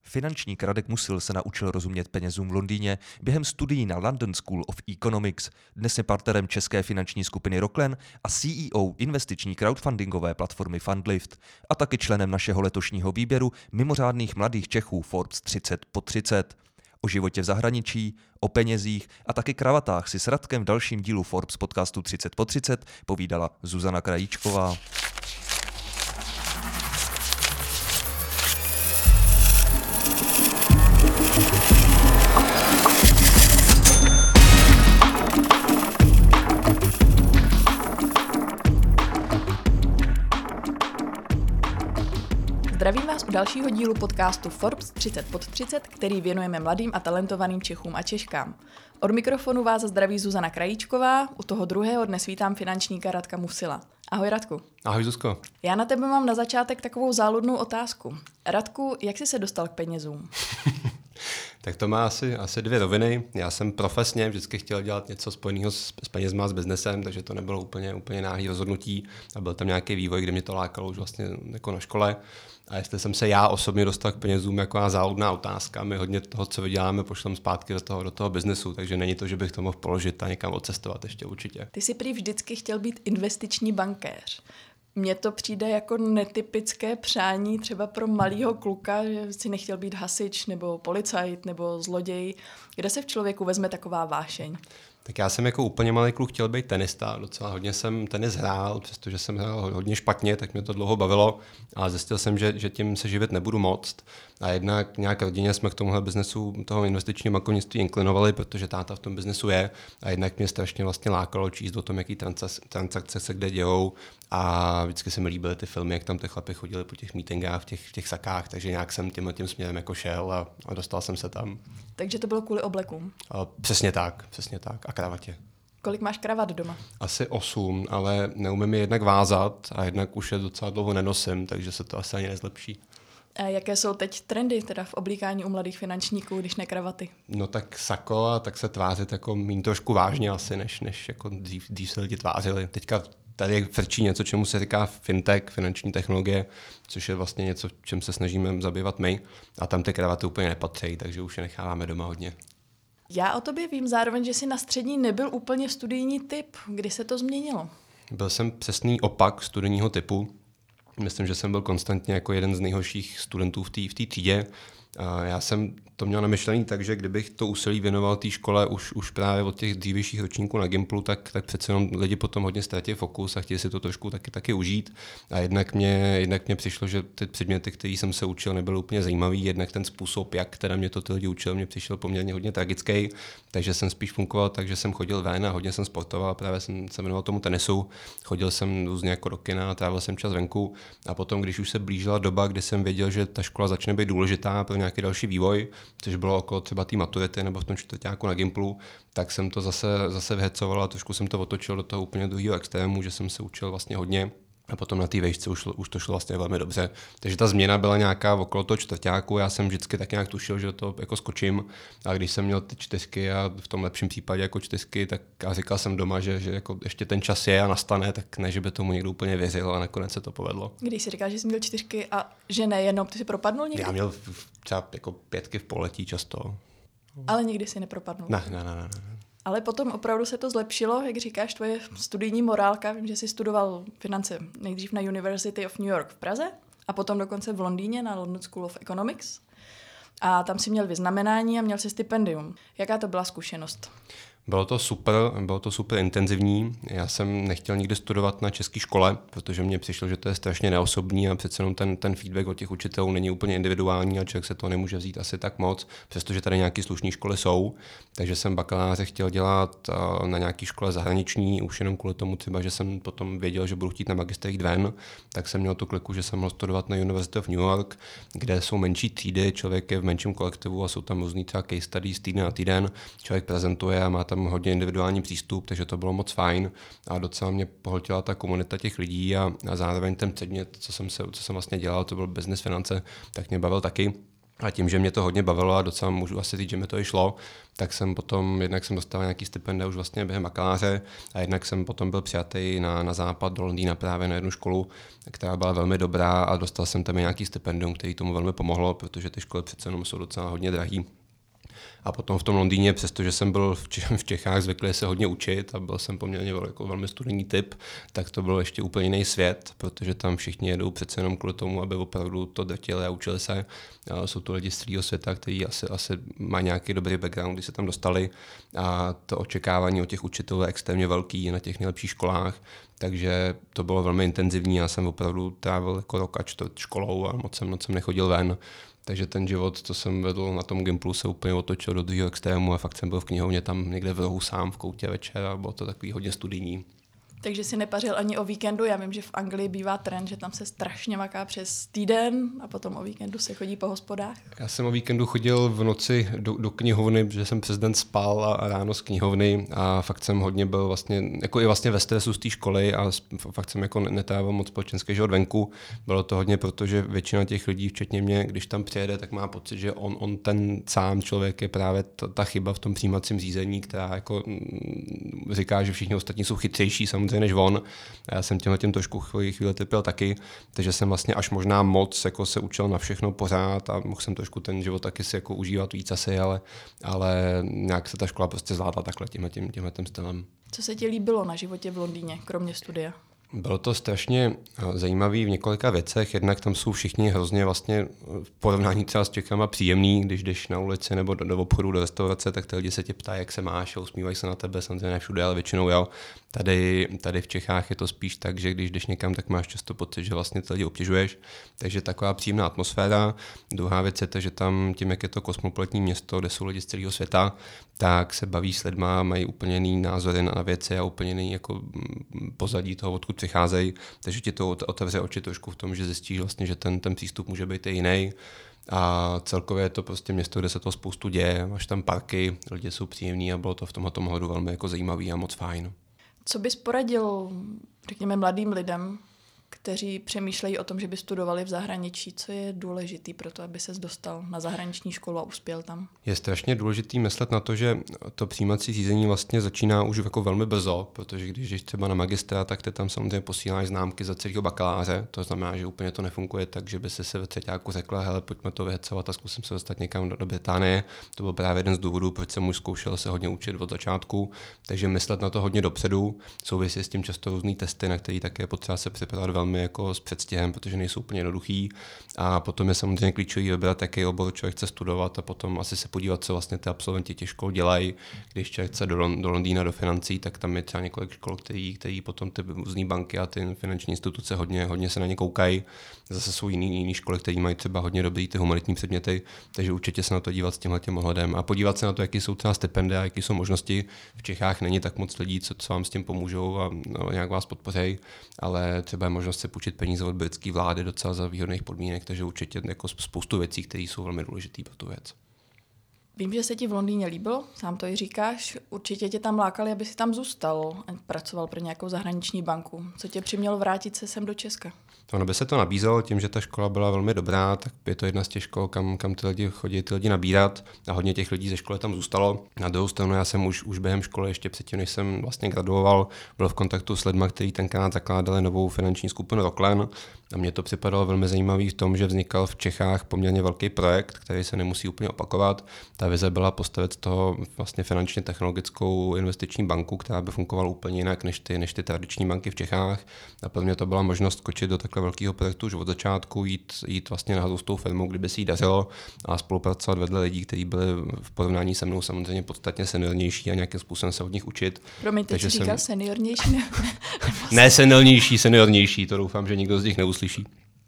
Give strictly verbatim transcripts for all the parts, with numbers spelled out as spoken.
Finančník Radek Musil se naučil rozumět penězům v Londýně během studií na London School of Economics. Dnes je partnerem české finanční skupiny Rocklen a C E O investiční crowdfundingové platformy Fundlift a taky členem našeho letošního výběru mimořádných mladých Čechů Forbes třicet pod třicet. O životě v zahraničí, o penězích a taky kravatách si s Radkem v dalším dílu Forbes podcastu třicet pod třicet povídala Zuzana Krajíčková. Zdravím vás u dalšího dílu podcastu Forbes třicet pod třicet, který věnujeme mladým a talentovaným Čechům a Češkám. Od mikrofonu vás zdraví Zuzana Krajíčková, u toho druhého dnes vítám finančníka Radka Musila. Ahoj Radku. Ahoj Zuzko. Já na tebe mám na začátek takovou záludnou otázku. Radku, jak jsi se dostal k penězům? Tak to má asi, asi dvě roviny. Já jsem profesně vždycky chtěl dělat něco spojeného s, s penězma, s biznesem, takže to nebylo úplně, úplně náhlý rozhodnutí a byl tam nějaký vývoj, kde mě to lákalo už vlastně jako na škole. A jestli jsem se já osobně dostal k penězům, jako záludná otázka, my hodně toho, co vyděláme, pošlem zpátky do toho, do toho biznesu, takže není to, že bych to mohl položit a někam odcestovat ještě určitě. Ty jsi prý vždycky chtěl být investiční bankéř. Mně to přijde jako netypické přání třeba pro malýho kluka, že si nechtěl být hasič nebo policajt nebo zloděj. Kde se v člověku vezme taková vášeň? Tak já jsem jako úplně malý kluk chtěl být tenista, docela hodně jsem tenis hrál, přestože jsem hrál hodně špatně, tak mě to dlouho bavilo, ale zjistil jsem, že, že tím se živit nebudu moct. A jednak nějak rodině jsme k tomuhle biznesu toho investičního bankovnictví inklinovali, protože táta v tom biznesu je a jednak mě strašně vlastně lákalo číst o tom, jaký transakce se kde dějou a vždycky se mi líbily ty filmy, jak tam ty chlapy chodili po těch meetingách, v těch, v těch sakách, takže nějak jsem tímhle tím směrem jako šel a, a dostal jsem se tam. Takže to bylo kvůli oblekům? A přesně tak, přesně tak a kravatě. Kolik máš kravat doma? Asi osm, ale neumím je jednak vázat a jednak už je docela dlouho nenosím, takže se to asi ani nezlepší. A jaké jsou teď trendy teda v oblíkání u mladých finančníků, když ne kravaty? No tak sako a tak se tvářit jako míň trošku vážně asi, než, než jako dřív, dřív se lidi tvářili. Teďka tady frčí něco, čemu se říká fintech, finanční technologie, což je vlastně něco, čem se snažíme zabývat my a tam ty kravaty úplně nepatří, takže už je necháváme doma hodně. Já o tobě vím zároveň, že jsi na střední nebyl úplně studijní typ. Kdy se to změnilo? Byl jsem přesný opak studijního typu. Myslím, že jsem byl konstantně jako jeden z nejhorších studentů v té v té třídě. A já jsem to měl namyšlený tak, že kdybych to úsilí věnoval té škole už, už právě od těch dřívějších ročníků na Gimplu, tak, tak přece jenom lidi potom hodně ztratí fokus a chtěli si to trošku taky, taky užít. A jednak mě, jednak mě přišlo, že ty předměty, které jsem se učil, nebyly úplně zajímavý. Jednak ten způsob, jak teda mě to ty lidi učil, mě přišel poměrně hodně tragický. Takže jsem spíš fungoval tak, že jsem chodil ven a hodně jsem sportoval. Právě jsem se věnoval tomu tenisu. Chodil jsem různě jako do kina, trávil jsem čas venku. A potom, když už se blížila doba, kdy jsem věděl, že ta škola začne být důležitá pro nějaký další vývoj, což bylo okolo třeba té maturity nebo v tom čtvrťáku na Gimplu, tak jsem to zase, zase vyhecoval a trošku jsem to otočil do toho úplně druhého extrému, že jsem se učil vlastně hodně a potom na té vejšce už, už to šlo vlastně velmi dobře. Takže ta změna byla nějaká okolo toho čtvrťáku, já jsem vždycky tak nějak tušil, že to jako skočím a když jsem měl ty čtyřky a v tom lepším případě jako čtyřky, tak a říkal jsem doma, že, že jako ještě ten čas je a nastane, tak ne, že by tomu někdo úplně věřil a nakonec se to povedlo. Když jsi říkal, že jsi měl čtyřky a že nejenom, ty jsi propadnul někdy? Já měl třeba jako pětky v poletí často. Ale nikdy si nepropadnul? Ne, ne, ne, ne. Ale potom opravdu se to zlepšilo, jak říkáš, tvoje studijní morálka. Vím, že jsi studoval finance nejdřív na University of New York v Praze a potom dokonce v Londýně na London School of Economics. A tam si měl vyznamenání a měl si stipendium. Jaká to byla zkušenost? Bylo to super, bylo to super intenzivní. Já jsem nechtěl nikdy studovat na české škole, protože mně přišlo, že to je strašně neosobní a přece jenom ten, ten feedback od těch učitelů není úplně individuální a člověk se to nemůže vzít asi tak moc, přestože tady nějaké slušné školy jsou. Takže jsem bakaláře chtěl dělat na nějaké škole zahraniční, už jenom kvůli tomu třeba, že jsem potom věděl, že budu chtít na magister jít ven, tak jsem měl tu kliku, že jsem mohl studovat na University of New York, kde jsou menší třídy, člověk je v menším kolektivu a jsou tam různý třeba case studies týden na týden, člověk prezentuje a má tam hodně individuální přístup, takže to bylo moc fajn a docela mě pohltila ta komunita těch lidí a, a zároveň ten předmět, co jsem, se, co jsem vlastně dělal, to byl business finance, tak mě bavil taky. A tím, že mě to hodně bavilo a docela můžu asi říct, že mi to i šlo, tak jsem potom, jednak jsem dostal nějaký stipendia už vlastně během bakaláře a jednak jsem potom byl přijatý na, na západ do Londýna právě na jednu školu, která byla velmi dobrá a dostal jsem tam i nějaký stipendium, který tomu velmi pomohlo, protože ty školy přece jenom jsou docela hodně drahý. A potom v tom Londýně, přestože jsem byl v Čechách zvyklý se hodně učit a byl jsem poměrně jako velmi studijní typ, tak to byl ještě úplně jiný svět, protože tam všichni jedou přece jenom kvůli tomu, aby opravdu to drtili a učili se. A jsou to lidi z celého světa, kteří asi, asi mají nějaký dobrý background, když se tam dostali. A to očekávání od těch učitelů je extrémně velký na těch nejlepších školách. Takže to bylo velmi intenzivní. Já jsem opravdu trávil jako rok a čtvrt školou a moc jsem, moc jsem nechodil ven. Takže ten život, co jsem vedl na tom Gimplu, se úplně otočil do druhého extrému a fakt jsem byl v knihovně tam někde v rohu sám v koutě večer a bylo to takový hodně studijní. Takže si nepařil ani o víkendu. Já vím, že v Anglii bývá trend, že tam se strašně maká přes týden a potom o víkendu se chodí po hospodách. Já jsem o víkendu chodil v noci do, do knihovny, protože jsem přes den spal a, a ráno z knihovny a fakt jsem hodně byl vlastně, jako i vlastně ve stresu z té školy a fakt jsem jako netrávil moc společenský život venku. Bylo to hodně, protože většina těch lidí, včetně mě, když tam přijede, tak má pocit, že on, on ten sám člověk je právě ta, ta chyba v tom přijímacím řízení, která jako říká, že všichni ostatní jsou chytřejší samozřejmě než on. A já jsem tímhle tím trošku chvíli, chvíli trpěl taky, takže jsem vlastně až možná moc jako se učil na všechno pořád a mohl jsem trošku ten život taky si jako užívat víc asi, ale, ale nějak se ta škola prostě zvládla takhle tímhle tím, tímhle tím stylem. Co se ti líbilo na životě v Londýně, kromě studia? Bylo to strašně zajímavý v několika věcech, jednak tam jsou všichni hrozně vlastně v porovnání třeba s Čechama příjemný, když jdeš na ulici nebo do, do obchodu, do restaurace, tak ty lidi se tě ptají, jak se máš, a usmívají se na tebe, samozřejmě ne všude, ale většinou jo. Tady, tady v Čechách je to spíš tak, že když jdeš někam, tak máš často pocit, že vlastně ty lidi obtěžuješ, takže taková příjemná atmosféra. Druhá věc je to, že tam tím, jak je to kosmopolitní město, kde jsou lidi z celého světa, tak se baví s lidma, mají úplně jiný názory na věci a úplně jiný jako pozadí toho, odkud přicházejí, takže ti to otevře oči trošku v tom, že zjistíš vlastně, že ten, ten přístup může být i jiný. A celkově je to prostě město, kde se to spoustu děje, máš tam parky, lidi jsou příjemní a bylo to v tomhle ohledu velmi jako zajímavý a moc fajn. Co bys poradil, řekněme, mladým lidem, kteří přemýšlejí o tom, že by studovali v zahraničí? Co je důležitý pro to, aby ses dostal na zahraniční školu a uspěl tam? Je strašně důležitý myslet na to, že to přijímací řízení vlastně začíná už jako velmi brzo, protože když jdeš třeba na magistra, tak ty tam samozřejmě posíláš známky za celého bakaláře. To znamená, že úplně to nefunguje tak, že by si se ve třeťáku řekla, hele, pojďme to vyhecovat a zkusím se dostat někam do, do Británie. To byl právě jeden z důvodů, proč jsem už zkoušel se hodně učit od začátku. Takže myslet na to hodně dopředu. Souvisí s tím často různý testy, na který také potřeba se připravit velmi jako s předstihem, protože nejsou úplně jednoduchý. A potom je samozřejmě klíčový vybrat, jaký obor člověk chce studovat a potom asi se podívat, co vlastně ty absolventi těch škol dělají. Když člověk chce do, Lond- do Londýna, do financí, tak tam je třeba několik škol, který, který potom ty různé banky a ty finanční instituce hodně, hodně se na ně koukají. Zase jsou jiný, jiný školy, které mají třeba hodně dobrý ty humanitní předměty, takže určitě se na to dívat s tímhletím ohledem a podívat se na to, jaký jsou třeba stipendia, jaký jsou možnosti. V Čechách není tak moc lidí, co, co vám s tím pomůžou a no, nějak vás podpoří, ale třeba je možnost se půjčit peníze od britské vlády docela za výhodných podmínek, takže určitě jako spoustu věcí, které jsou velmi důležité pro tu věc. Vím, že se ti v Londýně líbilo, sám to i říkáš. Určitě tě tam lákali, aby si tam zůstal a pracoval pro nějakou zahraniční banku. Co tě přimělo vrátit se sem do Česka? Ono by se to nabízelo tím, že ta škola byla velmi dobrá, tak je to jedna z těch škol, kam, kam ty lidi chodí, ty lidi nabírat a hodně těch lidí ze školy tam zůstalo. Na druhou stranu já jsem už, už během školy, ještě předtím, než jsem vlastně graduoval, byl v kontaktu s lidmi, kteří tenkrát zakládali novou finanční skupinu Rocklen. A mně to připadalo velmi zajímavý v tom, že vznikal v Čechách poměrně velký projekt, který se nemusí úplně opakovat. Ta vize byla postavit z toho vlastně finančně technologickou investiční banku, která by fungovala úplně jinak než ty, než ty tradiční banky v Čechách. A pro mě to byla možnost skočit do takhle velkého projektu už od začátku, jít, jít vlastně na s tou firmou, kdyby si jí dařilo a spolupracovat vedle lidí, kteří byli v porovnání se mnou samozřejmě podstatně seniornější a nějakým způsobem se od nich učit. Promiň, ty jsi říkal jsem... seniornější? Ne, ne seniornější, seniornější, to doufám, že nikdo z nich neuslyší.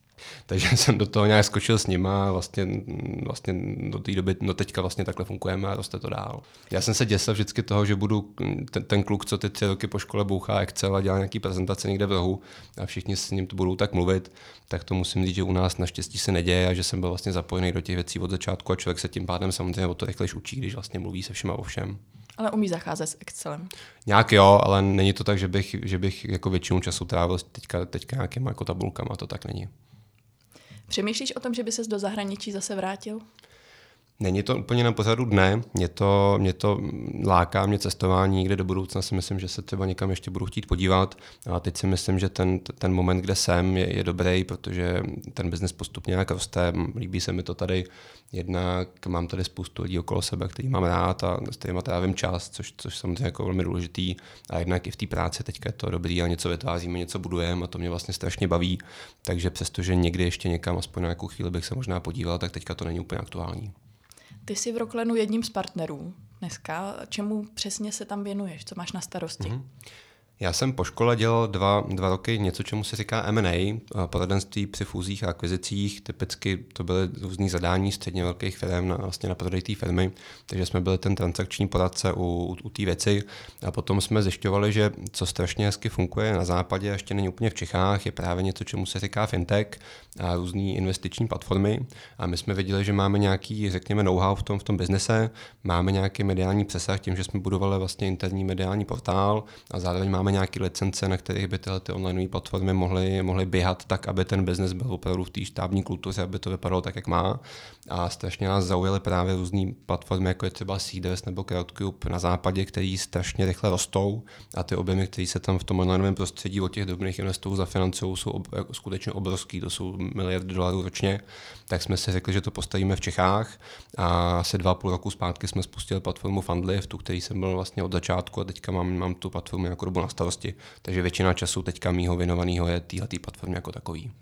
Takže jsem do toho nějak skočil s nima a vlastně, vlastně do té doby, no teďka vlastně takhle fungujeme a roste to dál. Já jsem se děsil vždycky toho, že budu ten, ten kluk, co ty tři roky po škole bouchá Excel a dělá nějaký prezentace někde v rohu a všichni s ním budou tak mluvit, tak to musím říct, že u nás naštěstí se neděje a že jsem byl vlastně zapojený do těch věcí od začátku a člověk se tím pádem samozřejmě o to rychlejš učí, když vlastně mluví se všema o všem. Ale umí zacházet s Excelem. Nějak jo, ale není to tak, že bych, že bych jako většinu času trávil teďka, teďka nějakýma jako tabulkama, to tak není. Přemýšlíš o tom, že by ses do zahraničí zase vrátil? Není to úplně na pořadu dne, mě to, mě to láká, mě cestování někde do budoucna, si myslím, že se třeba někam ještě budu chtít podívat a teď si myslím, že ten, ten moment, kde jsem, je, je dobrý, protože ten biznes postupně nějak roste, líbí se mi to tady, jednak mám tady spoustu lidí okolo sebe, který mám rád a s kterýma trávím čas, což, což samozřejmě jako velmi důležitý a jednak i v té práci teďka je to dobrý a něco vytváříme, něco budujeme a to mě vlastně strašně baví, takže přestože někdy ještě někam, aspoň na nějakou chvíli bych se možná podíval, tak teďka to není úplně aktuální. Ty jsi v Rocklenu jedním z partnerů dneska. Čemu přesně se tam věnuješ? Co máš na starosti? Mm-hmm. Já jsem po škole dělal dva, dva roky něco, čemu se říká M and A, poradenství při fúzích a akvizicích. Typicky to byly různý zadání středně velkých firm na, vlastně na prodej té firmy, takže jsme byli ten transakční poradce u, u, u té věci. A potom jsme zjišťovali, že co strašně hezky funguje na západě a ještě není úplně v Čechách, je právě něco, čemu se říká fintech a různý investiční platformy. A my jsme viděli, že máme nějaký, řekněme, know-how v tom, v tom biznese, máme nějaký mediální přesah tím, že jsme budovali vlastně interní mediální portál a zároveň máme nějaké licence, na kterých by tyhle ty online platformy mohly, mohly běhat tak, aby ten biznes byl opravdu v té štábní kultuře, aby to vypadalo tak, jak má. A strašně nás zaujaly právě různé platformy, jako je třeba Seedrs nebo Crowdcube na západě, které strašně rychle rostou a ty objemy, které se tam v tom onlineovém prostředí od těch drobných investorů zafinancují, jsou ob, skutečně obrovský, to jsou miliardy dolarů ročně. Tak jsme si řekli, že to postavíme v Čechách a asi dva a půl roku zpátky jsme spustili platformu Fundlift, tu, který jsem byl vlastně od začátku a teďka mám, mám tu platformu jako dobu na starosti. Takže většina času teďka mýho věnovaného je téhletý platformě jako takový.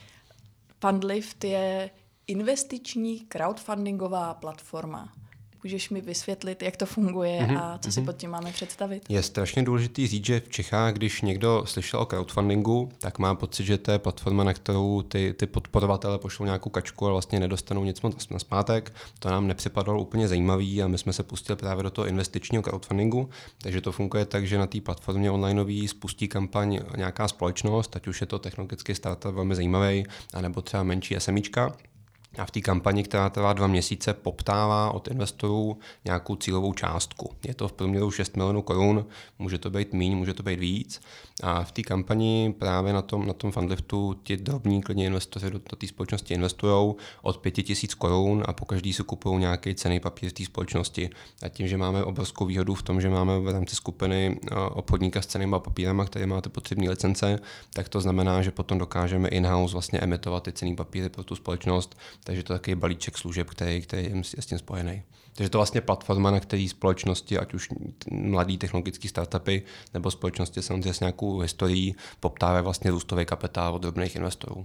Fundlift je investiční crowdfundingová platforma. Můžeš mi vysvětlit, jak to funguje mm-hmm. a co si pod tím máme představit? Je strašně důležitý říct, že v Čechách, když někdo slyšel o crowdfundingu, tak má pocit, že to je platforma, na kterou ty, ty podporovatele pošlou nějakou kačku a vlastně nedostanou nic moc naspátek. To nám nepřipadalo úplně zajímavý a my jsme se pustili právě do toho investičního crowdfundingu. Takže to funguje tak, že na té platformě onlineový spustí kampaň nějaká společnost, ať už je to technologický startup velmi zajímavý, anebo třeba menší SMIčka. A v té kampani, která trvá dva měsíce, poptává od investorů nějakou cílovou částku. Je to v průměru šest milionů korun, může to být míň, může to být víc. A v té kampani právě na tom, na tom Fundliftu ti drobní klidně investoři do, do té společnosti investují od pěti tisíc korun a pokaždý si kupují nějaký cenný papír z té společnosti. A tím, že máme obrovskou výhodu v tom, že máme v rámci skupiny obchodníka s cennýma papírama, který má ty potřebné licence, tak to znamená, že potom dokážeme in-house vlastně emitovat ty cenný papíry pro tu společnost. Takže to je takový balíček služeb, který, který je s tím spojený. Takže to vlastně platforma, na který společnosti, ať už mladý technologické startupy nebo společnosti samozřejmě s nějakou historií, poptávají vlastně růstový kapitál od drobných investorů.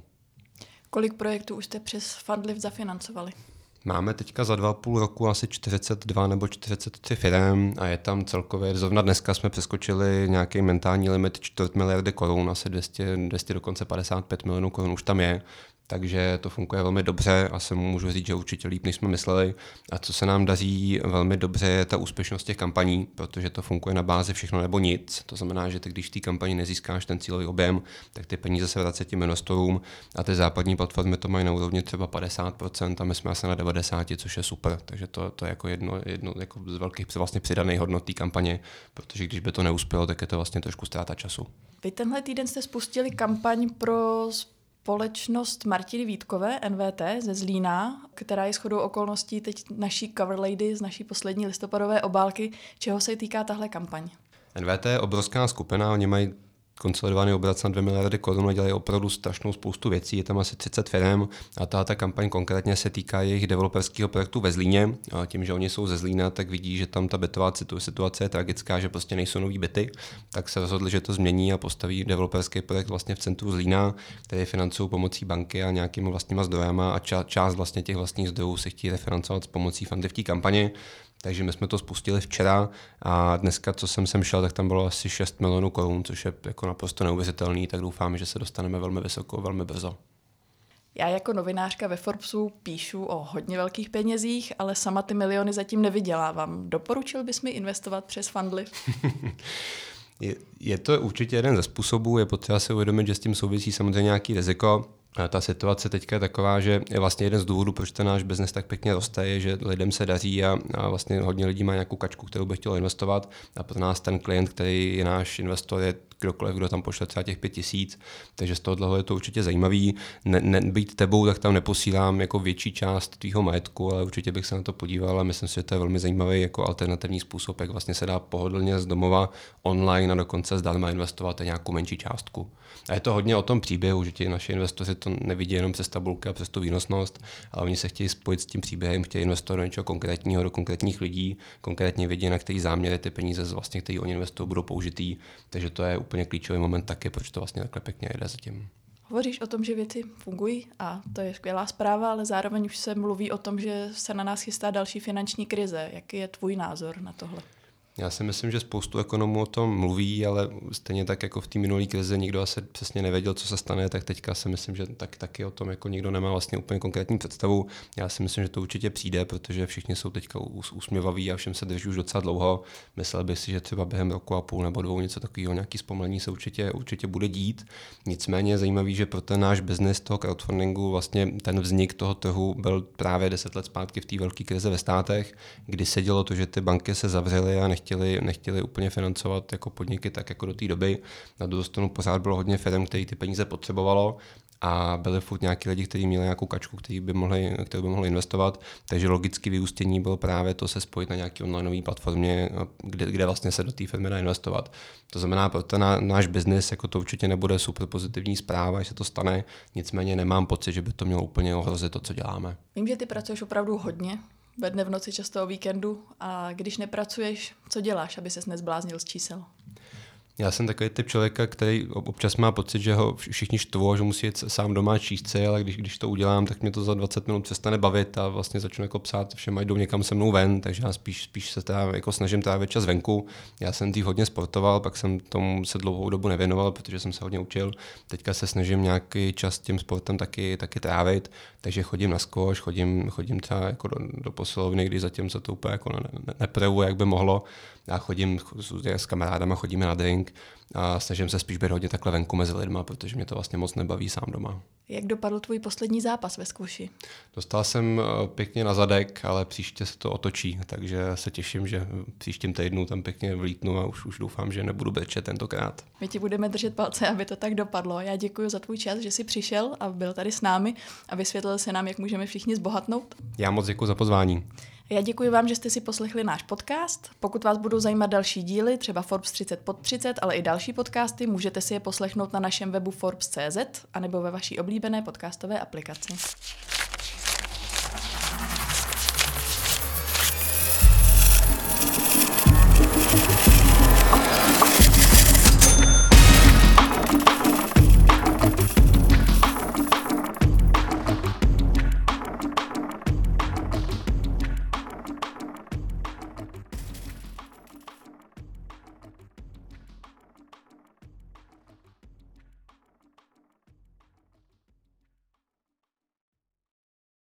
Kolik projektů už jste přes Fundlift zafinancovali? Máme teďka za dva a půl roku asi čtyřicet dva nebo čtyřicet tři firem a je tam celkově, zrovna dneska jsme přeskočili nějaký mentální limit čtvrt miliardy korun, asi dvě stě, dvě stě dokonce padesát pět milionů korun už tam je. Takže to funguje velmi dobře a se můžu říct, že určitě líp, než jsme mysleli. A co se nám daří velmi dobře, je ta úspěšnost těch kampaní, protože to funguje na bázi všechno nebo nic. To znamená, že ty, když v té kampani nezískáš ten cílový objem, tak ty peníze se vrací těm investorům a ty západní platformy to mají na úrovni třeba padesát procent a my jsme asi na devadesát procent, což je super. Takže to, to je jako jedno, jedno jako z velkých vlastně přidaných hodnot té kampaně, protože když by to neuspělo, tak je to vlastně trošku ztráta času. Vy tenhle týden jste spustili kampaň pro společnost Martiny Vítkové, N V T, ze Zlína, která je shodou okolností teď naší cover lady z naší poslední listopadové obálky. Čeho se týká tahle kampaň? N V T je obrovská skupina, oni mají konsolidovaný obrat na dvě miliardy korun a dělají opravdu strašnou spoustu věcí. Je tam asi třicet firm a ta, ta kampaň konkrétně se týká jejich developerského projektu ve Zlíně. A tím, že oni jsou ze Zlína, tak vidí, že tam ta bytová situace je tragická, že prostě nejsou nový byty, tak se rozhodli, že to změní a postaví developerský projekt vlastně v centru Zlína, který financují pomocí banky a nějakými vlastníma zdrojama a ča, část vlastně těch vlastních zdrojů se chtějí refinancovat s pomocí Fundliftí kampaně. Takže my jsme to spustili včera a dneska, co jsem sem šel, tak tam bylo asi šest milionů korun, což je jako naprosto neuvěřitelný, tak doufám, že se dostaneme velmi vysoko, velmi brzo. Já jako novinářka ve Forbesu píšu o hodně velkých penězích, ale sama ty miliony zatím nevydělávám. Doporučil bys mi investovat přes Fundlift? je, je to určitě jeden ze způsobů, je potřeba si uvědomit, že s tím souvisí samozřejmě nějaký riziko. Ta situace teďka je taková, že je vlastně jeden z důvodů, proč ten náš biznes tak pěkně roste, je, že lidem se daří a, a vlastně hodně lidí má nějakou kačku, kterou by chtělo investovat a pro nás ten klient, který je náš investor, je kdokoliv, kdo tam pošle třeba těch pět tisíc, takže z tohohle je to určitě zajímavý. Ne, ne, být tebou, tak tam neposílám jako větší část tvýho majetku, ale určitě bych se na to podíval a myslím si, že to je velmi zajímavý jako alternativní způsob, jak vlastně se dá pohodlně z domova online a dokonce zdarma investovat i nějakou menší částku. A je to hodně o tom příběhu, že ti naši investoři to nevidí jenom přes tabulky a přes tu výnosnost, ale oni se chtějí spojit s tím příběhem, chtějí investovat do něčeho konkrétního, do konkrétních lidí, konkrétně vědí, na který záměry ty peníze, vlastně, které oni investují, budou použitý. Takže to je úplně klíčový moment taky, proč to vlastně takhle pěkně jde zatím. Hovoříš o tom, že věci fungují a to je skvělá zpráva, ale zároveň už se mluví o tom, že se na nás chystá další finanční krize. Jaký je tvůj názor na tohle? Já si myslím, že spoustu ekonomů o tom mluví, ale stejně tak jako v té minulé krizi nikdo asi přesně nevěděl, co se stane, tak teďka si myslím, že tak, taky o tom jako nikdo nemá vlastně úplně konkrétní představu. Já si myslím, že to určitě přijde, protože všichni jsou teďka úsměvaví a všem se drží už docela dlouho. Myslel bych si, že třeba během roku a půl nebo dvou něco takového, nějaký zpomalení se určitě, určitě bude dít. Nicméně je zajímavý, že pro ten náš biznis toho crowdfundingu vlastně ten vznik toho trhu byl právě deset let zpátky v té velké krizi ve státech, kdy se dělo to, že ty banky se zavřely a Nechtěli, nechtěli úplně financovat jako podniky tak jako do té doby. Na druhou stranu pořád bylo hodně firm, který ty peníze potřebovalo a byli furt nějaký lidi, kteří měli nějakou kačku, který by mohli, kterou by mohli investovat. Takže logické vyústění bylo právě to se spojit na nějaké onlineové platformě, kde, kde vlastně se do té firmy dá investovat. To znamená, pro ten náš biznis jako to určitě nebude super pozitivní zpráva, že se to stane, nicméně nemám pocit, že by to mělo úplně ohrozit to, co děláme. Vím, že ty pracuješ opravdu hodně. Ve dne v noci, často o víkendu. A když nepracuješ, co děláš, aby ses nezbláznil z čísel? Já jsem takový typ člověka, který občas má pocit, že ho všichni štvou, že musí jít sám doma číst si, ale když, když to udělám, tak mě to za dvacet minut přestane bavit a vlastně začnu jako psát, všem jdou někam se mnou ven, takže já spíš, spíš se teda jako snažím trávit čas venku. Já jsem tý hodně sportoval, pak jsem tomu se dlouhou dobu nevěnoval, protože jsem se hodně učil. Teďka se snažím nějaký čas tím sportem taky, taky trávit, takže chodím na squash, chodím, chodím třeba jako do, do posilovny, když zatím se to úplně jako ne, ne, neprevuje, jak by mohlo. Já chodím s kamarádama, chodíme na drink a snažím se spíš být hodně takhle venku mezi lidma, protože mě to vlastně moc nebaví sám doma. Jak dopadl tvůj poslední zápas ve squashi? Dostal jsem pěkně na zadek, ale příště se to otočí, takže se těším, že příštím týdnu tam pěkně vlítnu a už, už doufám, že nebudu brečet tentokrát. My ti budeme držet palce, aby to tak dopadlo. Já děkuji za tvůj čas, že jsi přišel a byl tady s námi a vysvětlil se nám, jak můžeme všichni zbohatnout. Já moc děkuji za pozvání. Já děkuji vám, že jste si poslechli náš podcast. Pokud vás budou zajímat další díly, třeba Forbes třicet pod třicet, ale i další podcasty, můžete si je poslechnout na našem webu Forbes tečka cé zet anebo ve vaší oblíbené podcastové aplikaci.